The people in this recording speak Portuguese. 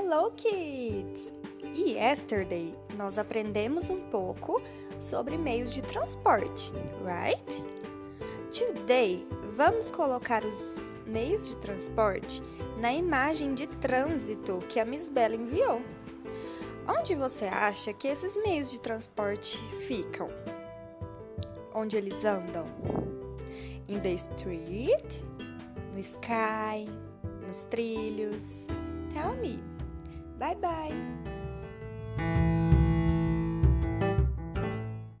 Hello, kids! Yesterday, nós aprendemos um pouco sobre meios de transporte, right? Today, vamos colocar os meios de transporte na imagem de trânsito que a Miss Bella enviou. Onde você acha que esses meios de transporte ficam? Onde eles andam? In the street? No sky? Nos trilhos? Tell me. Bye bye.